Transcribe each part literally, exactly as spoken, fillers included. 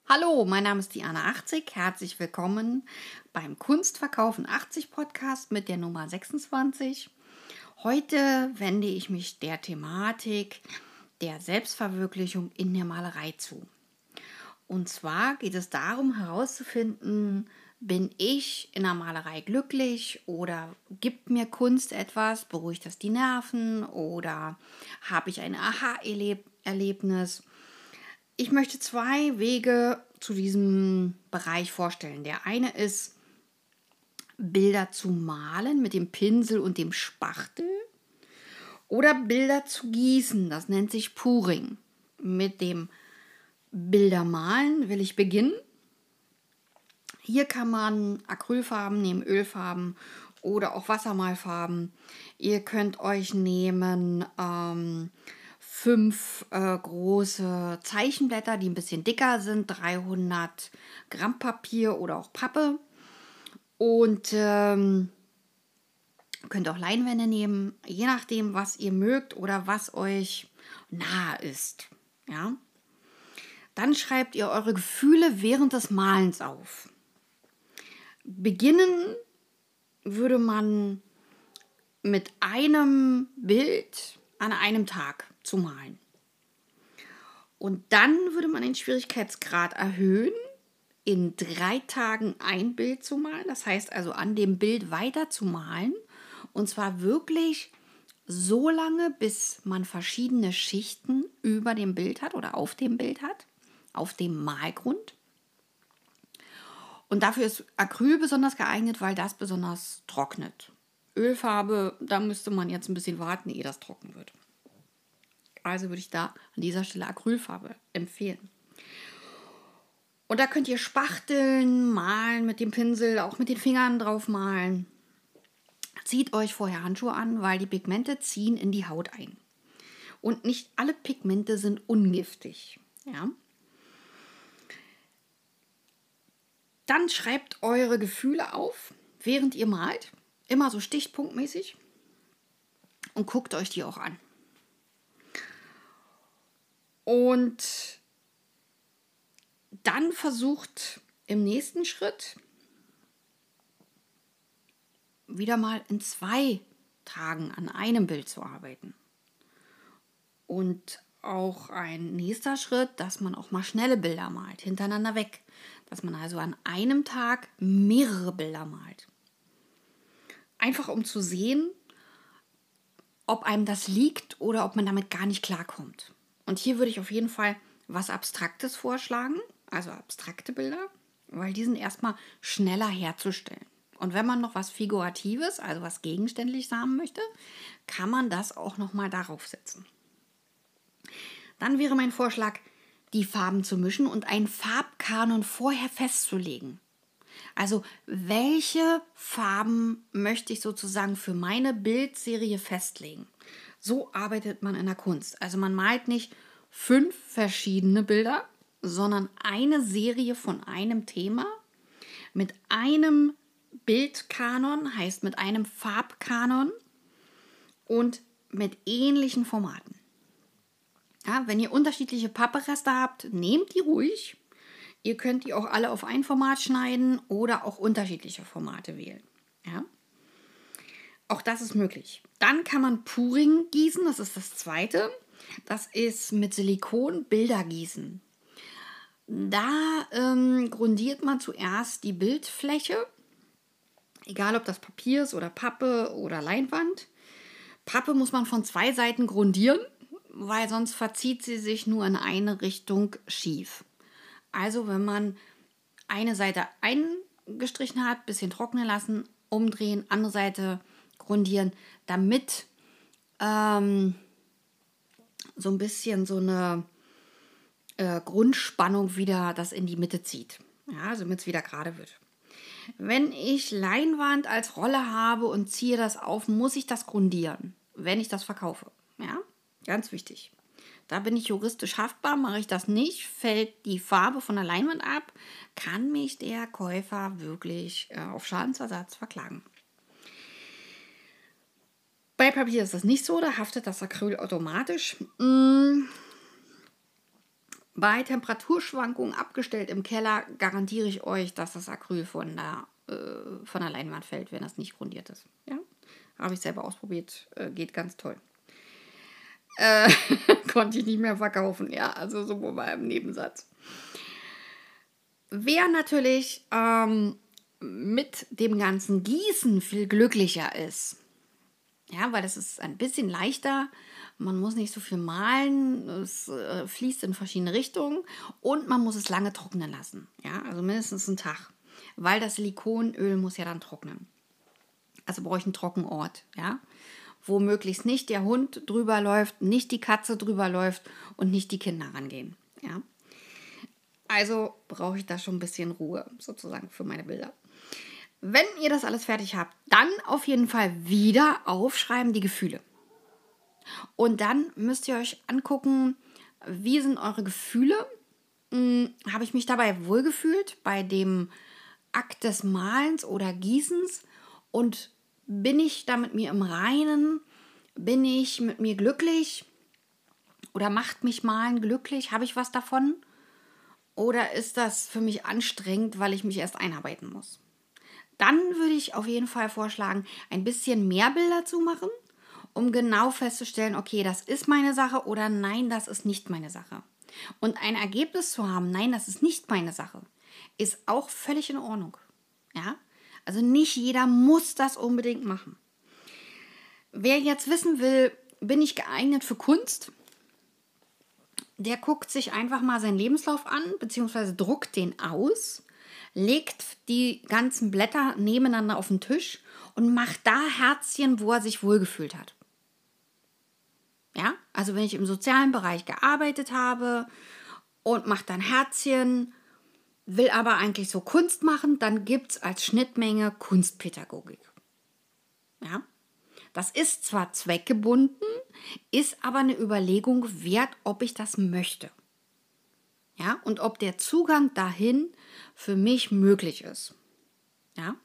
Hallo, mein Name ist Diana achtzig. Herzlich willkommen beim Kunstverkaufen achtzig Podcast mit der Nummer sechsundzwanzig. Heute wende ich mich der Thematik der Selbstverwirklichung in der Malerei zu. Und zwar geht es darum herauszufinden, bin ich in der Malerei glücklich oder gibt mir Kunst etwas, beruhigt das die Nerven oder habe ich ein Aha-Erlebnis? Ich möchte zwei Wege zu diesem Bereich vorstellen. Der eine ist, Bilder zu malen mit dem Pinsel und dem Spachtel oder Bilder zu gießen. Das nennt sich Pouring. Mit dem Bildermalen will ich beginnen. Hier kann man Acrylfarben nehmen, Ölfarben oder auch Wassermalfarben. Ihr könnt euch nehmen ähm, fünf äh, große Zeichenblätter, die ein bisschen dicker sind, dreihundert Gramm Papier oder auch Pappe. Und ähm, könnt auch Leinwände nehmen, je nachdem, was ihr mögt oder was euch nahe ist. Ja? Dann schreibt ihr eure Gefühle während des Malens auf. Beginnen würde man mit einem Bild an einem Tag zu malen. Und dann würde man den Schwierigkeitsgrad erhöhen, in drei Tagen ein Bild zu malen. Das heißt also an dem Bild weiter zu malen. Und zwar wirklich so lange, bis man verschiedene Schichten über dem Bild hat oder auf dem Bild hat, auf dem Malgrund. Und dafür ist Acryl besonders geeignet, weil das besonders trocknet. Ölfarbe, da müsste man jetzt ein bisschen warten, ehe das trocken wird. Also würde ich da an dieser Stelle Acrylfarbe empfehlen. Und da könnt ihr spachteln, malen mit dem Pinsel, auch mit den Fingern drauf malen. Zieht euch vorher Handschuhe an, weil die Pigmente ziehen in die Haut ein. Und nicht alle Pigmente sind ungiftig. Ja? Dann schreibt eure Gefühle auf, während ihr malt. Immer so stichpunktmäßig. Und guckt euch die auch an. Und dann versucht im nächsten Schritt wieder mal in zwei Tagen an einem Bild zu arbeiten. Und auch ein nächster Schritt, dass man auch mal schnelle Bilder malt, hintereinander weg. Dass man also an einem Tag mehrere Bilder malt. Einfach um zu sehen, ob einem das liegt oder ob man damit gar nicht klarkommt. Und hier würde ich auf jeden Fall was Abstraktes vorschlagen, also abstrakte Bilder, weil die sind erstmal schneller herzustellen. Und wenn man noch was Figuratives, also was Gegenständliches haben möchte, kann man das auch nochmal darauf setzen. Dann wäre mein Vorschlag, die Farben zu mischen und einen Farbkanon vorher festzulegen. Also welche Farben möchte ich sozusagen für meine Bildserie festlegen? So arbeitet man in der Kunst. Also man malt nicht fünf verschiedene Bilder, sondern eine Serie von einem Thema mit einem Bildkanon, heißt mit einem Farbkanon und mit ähnlichen Formaten. Ja, wenn ihr unterschiedliche Pappreste habt, nehmt die ruhig. Ihr könnt die auch alle auf ein Format schneiden oder auch unterschiedliche Formate wählen. Ja? Auch das ist möglich. Dann kann man Pouring gießen, das ist das zweite. Das ist mit Silikon Bilder gießen. Da ähm, grundiert man zuerst die Bildfläche, egal ob das Papier ist oder Pappe oder Leinwand. Pappe muss man von zwei Seiten grundieren, weil sonst verzieht sie sich nur in eine Richtung schief. Also wenn man eine Seite eingestrichen hat, bisschen trocknen lassen, umdrehen, andere Seite grundieren, damit ähm, so ein bisschen so eine äh, Grundspannung wieder das in die Mitte zieht. Ja, damit es wieder gerade wird. Wenn ich Leinwand als Rolle habe und ziehe das auf, muss ich das grundieren, wenn ich das verkaufe. Ja, ganz wichtig. Da bin ich juristisch haftbar, mache ich das nicht, fällt die Farbe von der Leinwand ab, kann mich der Käufer wirklich äh, auf Schadensersatz verklagen. Bei Papier ist das nicht so, da haftet das Acryl automatisch. Bei Temperaturschwankungen abgestellt im Keller garantiere ich euch, dass das Acryl von der, äh, von der Leinwand fällt, wenn das nicht grundiert ist. Ja? Habe ich selber ausprobiert, äh, geht ganz toll. Äh, konnte ich nicht mehr verkaufen, ja, also so mal im Nebensatz. Wer natürlich ähm, mit dem ganzen Gießen viel glücklicher ist, ja, weil das ist ein bisschen leichter, man muss nicht so viel malen, es äh, fließt in verschiedene Richtungen und man muss es lange trocknen lassen, ja, also mindestens einen Tag, weil das Silikonöl muss ja dann trocknen. Also brauche ich einen Trockenort, ja, wo möglichst nicht der Hund drüber läuft, nicht die Katze drüber läuft und nicht die Kinder rangehen, ja. Also brauche ich da schon ein bisschen Ruhe sozusagen für meine Bilder. Wenn ihr das alles fertig habt, dann auf jeden Fall wieder aufschreiben die Gefühle. Und dann müsst ihr euch angucken, wie sind eure Gefühle? Hm, habe ich mich dabei wohlgefühlt bei dem Akt des Malens oder Gießens? Und bin ich da mit mir im Reinen? Bin ich mit mir glücklich? Oder macht mich Malen glücklich? Habe ich was davon? Oder ist das für mich anstrengend, weil ich mich erst einarbeiten muss? Dann würde ich auf jeden Fall vorschlagen, ein bisschen mehr Bilder zu machen, um genau festzustellen, okay, das ist meine Sache oder nein, das ist nicht meine Sache. Und ein Ergebnis zu haben, nein, das ist nicht meine Sache, ist auch völlig in Ordnung. Ja? Also nicht jeder muss das unbedingt machen. Wer jetzt wissen will, bin ich geeignet für Kunst? Der guckt sich einfach mal seinen Lebenslauf an, beziehungsweise druckt den aus, legt die ganzen Blätter nebeneinander auf den Tisch und macht da Herzchen, wo er sich wohlgefühlt hat. Ja, also wenn ich im sozialen Bereich gearbeitet habe und mache dann Herzchen, will aber eigentlich so Kunst machen, dann gibt es als Schnittmenge Kunstpädagogik. Ja. Das ist zwar zweckgebunden, ist aber eine Überlegung wert, ob ich das möchte. Ja, und ob der Zugang dahin für mich möglich ist. Ja.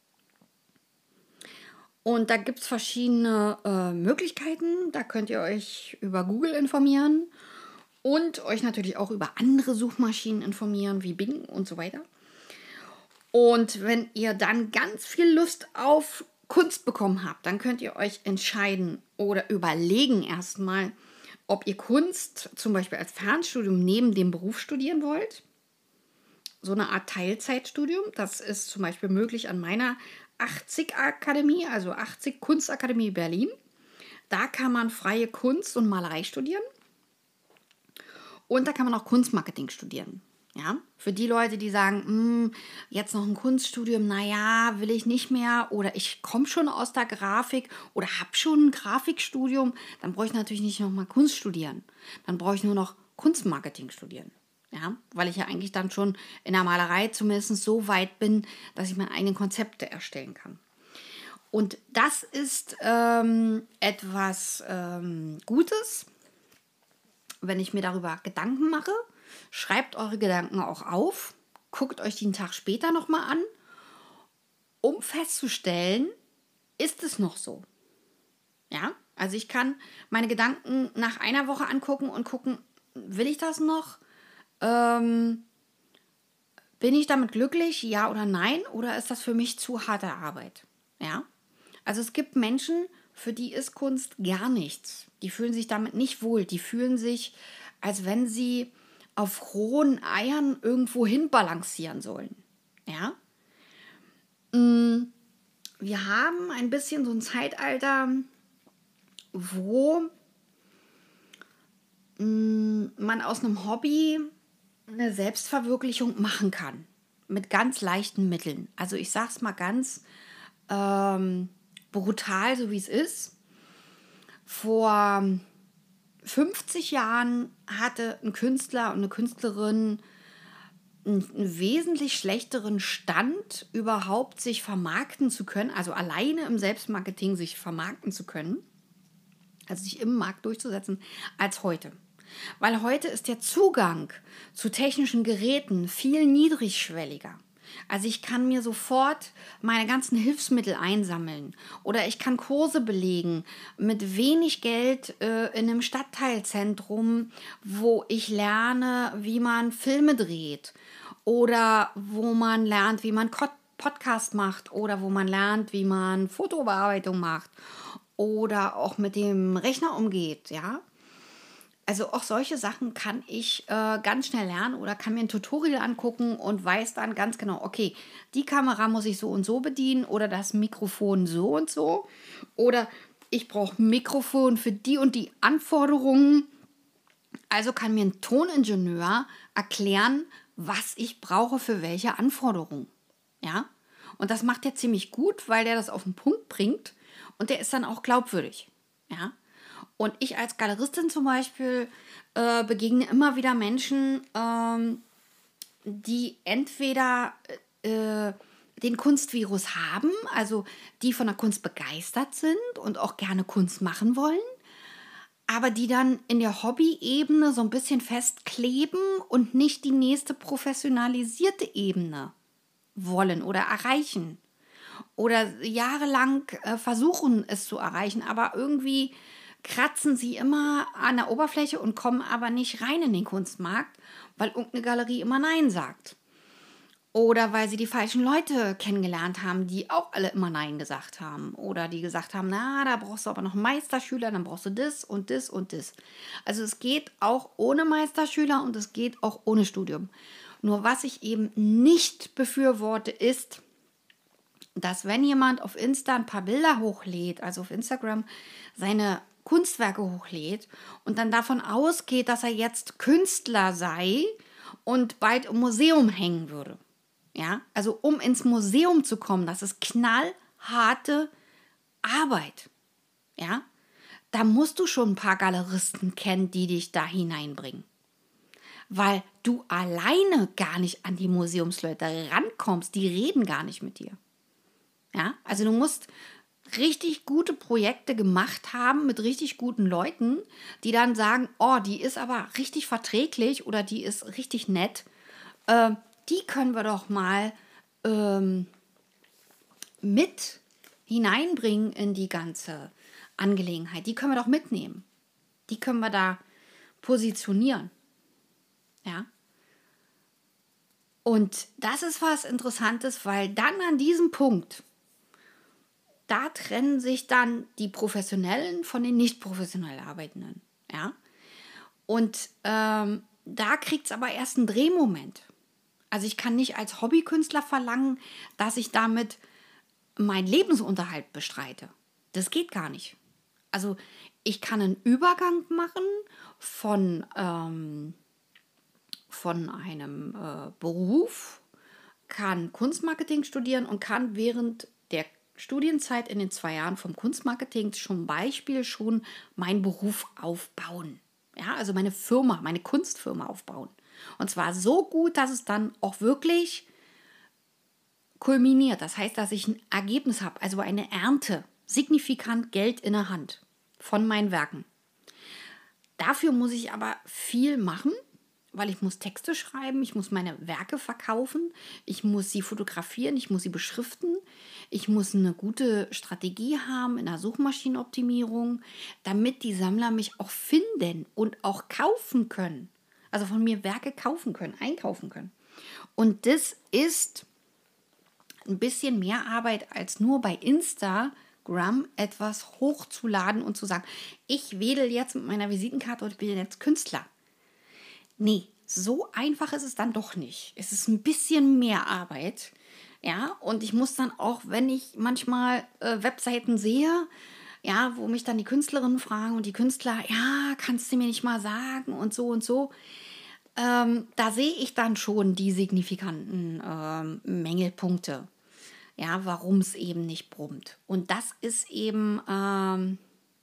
Und da gibt es verschiedene äh, Möglichkeiten. Da könnt ihr euch über Google informieren und euch natürlich auch über andere Suchmaschinen informieren, wie Bing und so weiter. Und wenn ihr dann ganz viel Lust auf Kunst bekommen habt, dann könnt ihr euch entscheiden oder überlegen erstmal, ob ihr Kunst zum Beispiel als Fernstudium neben dem Beruf studieren wollt. So eine Art Teilzeitstudium. Das ist zum Beispiel möglich an meiner achtzig Akademie, also achtzig Kunstakademie Berlin. Da kann man freie Kunst und Malerei studieren. Und da kann man auch Kunstmarketing studieren. Ja, für die Leute, die sagen, jetzt noch ein Kunststudium, naja, will ich nicht mehr oder ich komme schon aus der Grafik oder habe schon ein Grafikstudium, dann brauche ich natürlich nicht nochmal Kunst studieren. Dann brauche ich nur noch Kunstmarketing studieren. Ja, weil ich ja eigentlich dann schon in der Malerei zumindest so weit bin, dass ich meine eigenen Konzepte erstellen kann. Und das ist ähm, etwas ähm, Gutes, wenn ich mir darüber Gedanken mache. Schreibt eure Gedanken auch auf, guckt euch die einen Tag später nochmal an, um festzustellen, ist es noch so? Ja, also ich kann meine Gedanken nach einer Woche angucken und gucken, will ich das noch? Ähm, bin ich damit glücklich, ja oder nein? Oder ist das für mich zu harte Arbeit? Ja, also es gibt Menschen, für die ist Kunst gar nichts. Die fühlen sich damit nicht wohl. Die fühlen sich, als wenn sie auf rohen Eiern irgendwo hin balancieren sollen. Ja? Wir haben ein bisschen so ein Zeitalter, wo man aus einem Hobby eine Selbstverwirklichung machen kann. Mit ganz leichten Mitteln. Also ich sage es mal ganz ähm, brutal, so wie es ist. Vor fünfzig Jahren hatte ein Künstler und eine Künstlerin einen, einen wesentlich schlechteren Stand, überhaupt sich vermarkten zu können, also alleine im Selbstmarketing sich vermarkten zu können, also sich im Markt durchzusetzen, als heute. Weil heute ist der Zugang zu technischen Geräten viel niedrigschwelliger. Also ich kann mir sofort meine ganzen Hilfsmittel einsammeln oder ich kann Kurse belegen mit wenig Geld äh, in einem Stadtteilzentrum, wo ich lerne, wie man Filme dreht oder wo man lernt, wie man Ko- Podcast macht oder wo man lernt, wie man Fotobearbeitung macht oder auch mit dem Rechner umgeht, ja. Also auch solche Sachen kann ich äh, ganz schnell lernen oder kann mir ein Tutorial angucken und weiß dann ganz genau, okay, die Kamera muss ich so und so bedienen oder das Mikrofon so und so oder ich brauche ein Mikrofon für die und die Anforderungen. Also kann mir ein Toningenieur erklären, was ich brauche für welche Anforderungen. Ja? Und das macht er ziemlich gut, weil der das auf den Punkt bringt und der ist dann auch glaubwürdig. Ja? Und ich als Galeristin zum Beispiel äh, begegne immer wieder Menschen, ähm, die entweder äh, den Kunstvirus haben, also die von der Kunst begeistert sind und auch gerne Kunst machen wollen, aber die dann in der Hobby-Ebene so ein bisschen festkleben und nicht die nächste professionalisierte Ebene wollen oder erreichen. Oder jahrelang äh, versuchen es zu erreichen, aber irgendwie kratzen sie immer an der Oberfläche und kommen aber nicht rein in den Kunstmarkt, weil irgendeine Galerie immer Nein sagt. Oder weil sie die falschen Leute kennengelernt haben, die auch alle immer Nein gesagt haben. Oder die gesagt haben, na, da brauchst du aber noch einen Meisterschüler, dann brauchst du das und das und das. Also es geht auch ohne Meisterschüler und es geht auch ohne Studium. Nur was ich eben nicht befürworte, ist, dass wenn jemand auf Insta ein paar Bilder hochlädt, also auf Instagram seine Kunstwerke hochlädt und dann davon ausgeht, dass er jetzt Künstler sei und bald im Museum hängen würde. Ja, also um ins Museum zu kommen, das ist knallharte Arbeit. Ja, da musst du schon ein paar Galeristen kennen, die dich da hineinbringen. Weil du alleine gar nicht an die Museumsleute rankommst, die reden gar nicht mit dir. Ja, also du musst richtig gute Projekte gemacht haben mit richtig guten Leuten, die dann sagen, oh, die ist aber richtig verträglich oder die ist richtig nett. Äh, die können wir doch mal ähm, mit hineinbringen in die ganze Angelegenheit. Die können wir doch mitnehmen. Die können wir da positionieren. Ja. Und das ist was Interessantes, weil dann an diesem Punkt, da trennen sich dann die Professionellen von den nicht professionell Arbeitenden. Ja. Und ähm, da kriegt es aber erst einen Drehmoment. Also ich kann nicht als Hobbykünstler verlangen, dass ich damit meinen Lebensunterhalt bestreite. Das geht gar nicht. Also ich kann einen Übergang machen von, ähm, von einem äh, Beruf, kann Kunstmarketing studieren und kann während der Studienzeit in den zwei Jahren vom Kunstmarketing zum Beispiel schon meinen Beruf aufbauen. Ja, also meine Firma, meine Kunstfirma aufbauen. Und zwar so gut, dass es dann auch wirklich kulminiert. Das heißt, dass ich ein Ergebnis habe, also eine Ernte, signifikant Geld in der Hand von meinen Werken. Dafür muss ich aber viel machen, weil ich muss Texte schreiben, ich muss meine Werke verkaufen, ich muss sie fotografieren, ich muss sie beschriften, ich muss eine gute Strategie haben in der Suchmaschinenoptimierung, damit die Sammler mich auch finden und auch kaufen können. Also von mir Werke kaufen können, einkaufen können. Und das ist ein bisschen mehr Arbeit als nur bei Instagram etwas hochzuladen und zu sagen, ich wedel jetzt mit meiner Visitenkarte und ich bin jetzt Künstler. Nee, so einfach ist es dann doch nicht. Es ist ein bisschen mehr Arbeit. Ja, und ich muss dann auch, wenn ich manchmal äh, Webseiten sehe, ja, wo mich dann die Künstlerinnen fragen und die Künstler, ja, kannst du mir nicht mal sagen und so und so. Ähm, da sehe ich dann schon die signifikanten ähm, Mängelpunkte, ja, warum es eben nicht brummt. Und das ist eben ähm,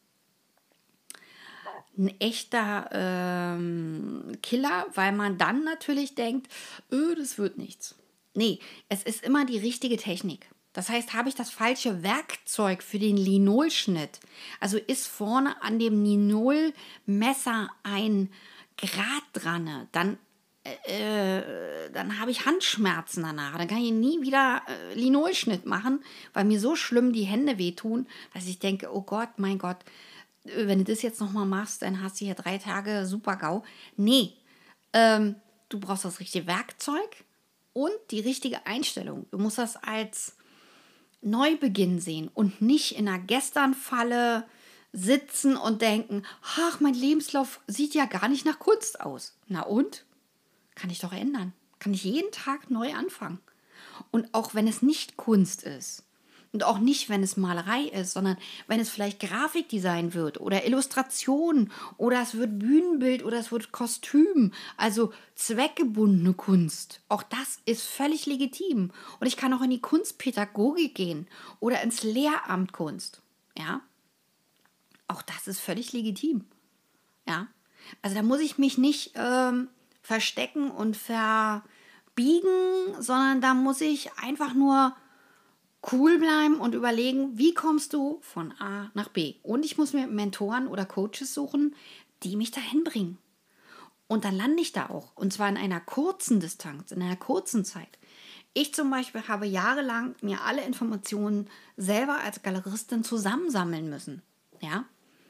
ein echter ähm, Killer, weil man dann natürlich denkt, öh, das wird nichts. Nee, es ist immer die richtige Technik. Das heißt, habe ich das falsche Werkzeug für den Linolschnitt, also ist vorne an dem Linolmesser ein Grat dran, dann äh, dann habe ich Handschmerzen danach. Dann kann ich nie wieder äh, Linolschnitt machen, weil mir so schlimm die Hände wehtun, dass ich denke, oh Gott, mein Gott, äh, wenn du das jetzt nochmal machst, dann hast du hier drei Tage Super-GAU. Nee, ähm, du brauchst das richtige Werkzeug und die richtige Einstellung. Du musst das als Neubeginn sehen und nicht in einer Gesternfalle sitzen und denken, ach, mein Lebenslauf sieht ja gar nicht nach Kunst aus. Na und? Kann ich doch ändern. Kann ich jeden Tag neu anfangen. Und auch wenn es nicht Kunst ist und auch nicht, wenn es Malerei ist, sondern wenn es vielleicht Grafikdesign wird oder Illustration oder es wird Bühnenbild oder es wird Kostüm, also zweckgebundene Kunst. Auch das ist völlig legitim. Und ich kann auch in die Kunstpädagogik gehen oder ins Lehramt Kunst. Ja, auch das ist völlig legitim. Ja, also da muss ich mich nicht ähm, verstecken und verbiegen, sondern da muss ich einfach nur cool bleiben und überlegen, wie kommst du von A nach B. Und ich muss mir Mentoren oder Coaches suchen, die mich dahin bringen. Und dann lande ich da auch. Und zwar in einer kurzen Distanz, in einer kurzen Zeit. Ich zum Beispiel habe jahrelang mir alle Informationen selber als Galeristin zusammensammeln müssen. Ja,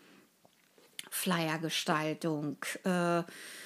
Flyergestaltung, äh,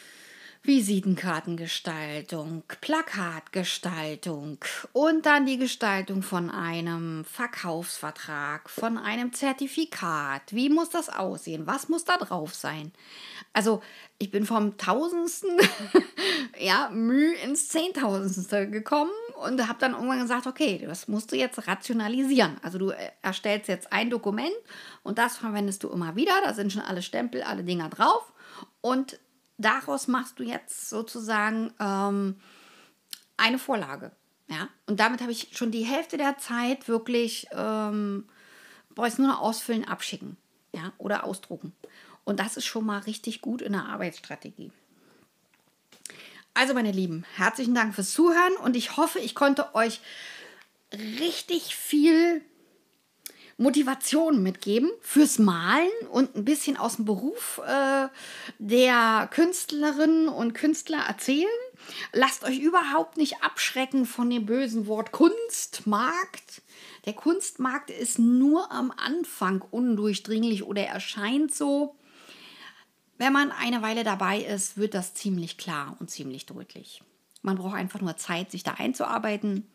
Visitenkartengestaltung, Plakatgestaltung und dann die Gestaltung von einem Verkaufsvertrag, von einem Zertifikat. Wie muss das aussehen? Was muss da drauf sein? Also ich bin vom Tausendsten ja, Mühe ins Zehntausendste gekommen und habe dann irgendwann gesagt, okay, das musst du jetzt rationalisieren. Also du erstellst jetzt ein Dokument und das verwendest du immer wieder. Da sind schon alle Stempel, alle Dinger drauf und daraus machst du jetzt sozusagen ähm, eine Vorlage. Ja? Und damit habe ich schon die Hälfte der Zeit wirklich, ähm, brauche ich es nur noch ausfüllen, abschicken, ja? Oder ausdrucken. Und das ist schon mal richtig gut in der Arbeitsstrategie. Also meine Lieben, herzlichen Dank fürs Zuhören und ich hoffe, ich konnte euch richtig viel Motivation mitgeben fürs Malen und ein bisschen aus dem Beruf äh, der Künstlerinnen und Künstler erzählen. Lasst euch überhaupt nicht abschrecken von dem bösen Wort Kunstmarkt. Der Kunstmarkt ist nur am Anfang undurchdringlich oder erscheint so. Wenn man eine Weile dabei ist, wird das ziemlich klar und ziemlich deutlich. Man braucht einfach nur Zeit, sich da einzuarbeiten.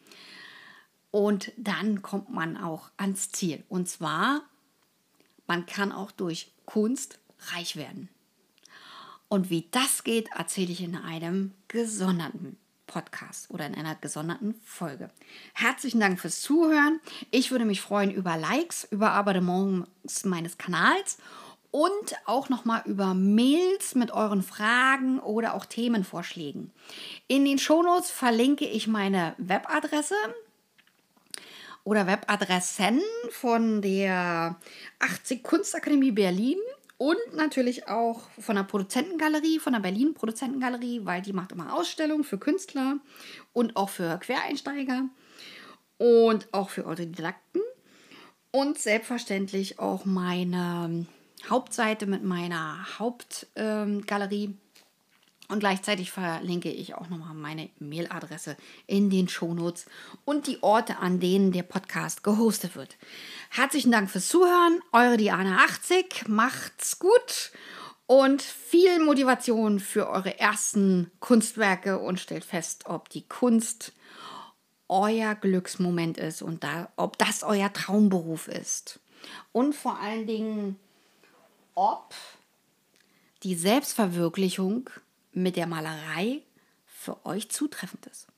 Und dann kommt man auch ans Ziel. Und zwar, man kann auch durch Kunst reich werden. Und wie das geht, erzähle ich in einem gesonderten Podcast oder in einer gesonderten Folge. Herzlichen Dank fürs Zuhören. Ich würde mich freuen über Likes, über Abonnements meines Kanals und auch nochmal über Mails mit euren Fragen oder auch Themenvorschlägen. In den Shownotes verlinke ich meine Webadresse oder Webadressen von der achtzig Kunstakademie Berlin und natürlich auch von der Produzentengalerie, von der Berlin Produzentengalerie, weil die macht immer Ausstellungen für Künstler und auch für Quereinsteiger und auch für Autodidakten und selbstverständlich auch meine Hauptseite mit meiner Hauptgalerie. Ähm, Und gleichzeitig verlinke ich auch nochmal meine Mailadresse in den Shownotes und die Orte, an denen der Podcast gehostet wird. Herzlichen Dank fürs Zuhören. Eure Diana achtzig. Macht's gut und viel Motivation für eure ersten Kunstwerke und stellt fest, ob die Kunst euer Glücksmoment ist und da, ob das euer Traumberuf ist. Und vor allen Dingen, ob die Selbstverwirklichung mit der Malerei für euch zutreffend ist.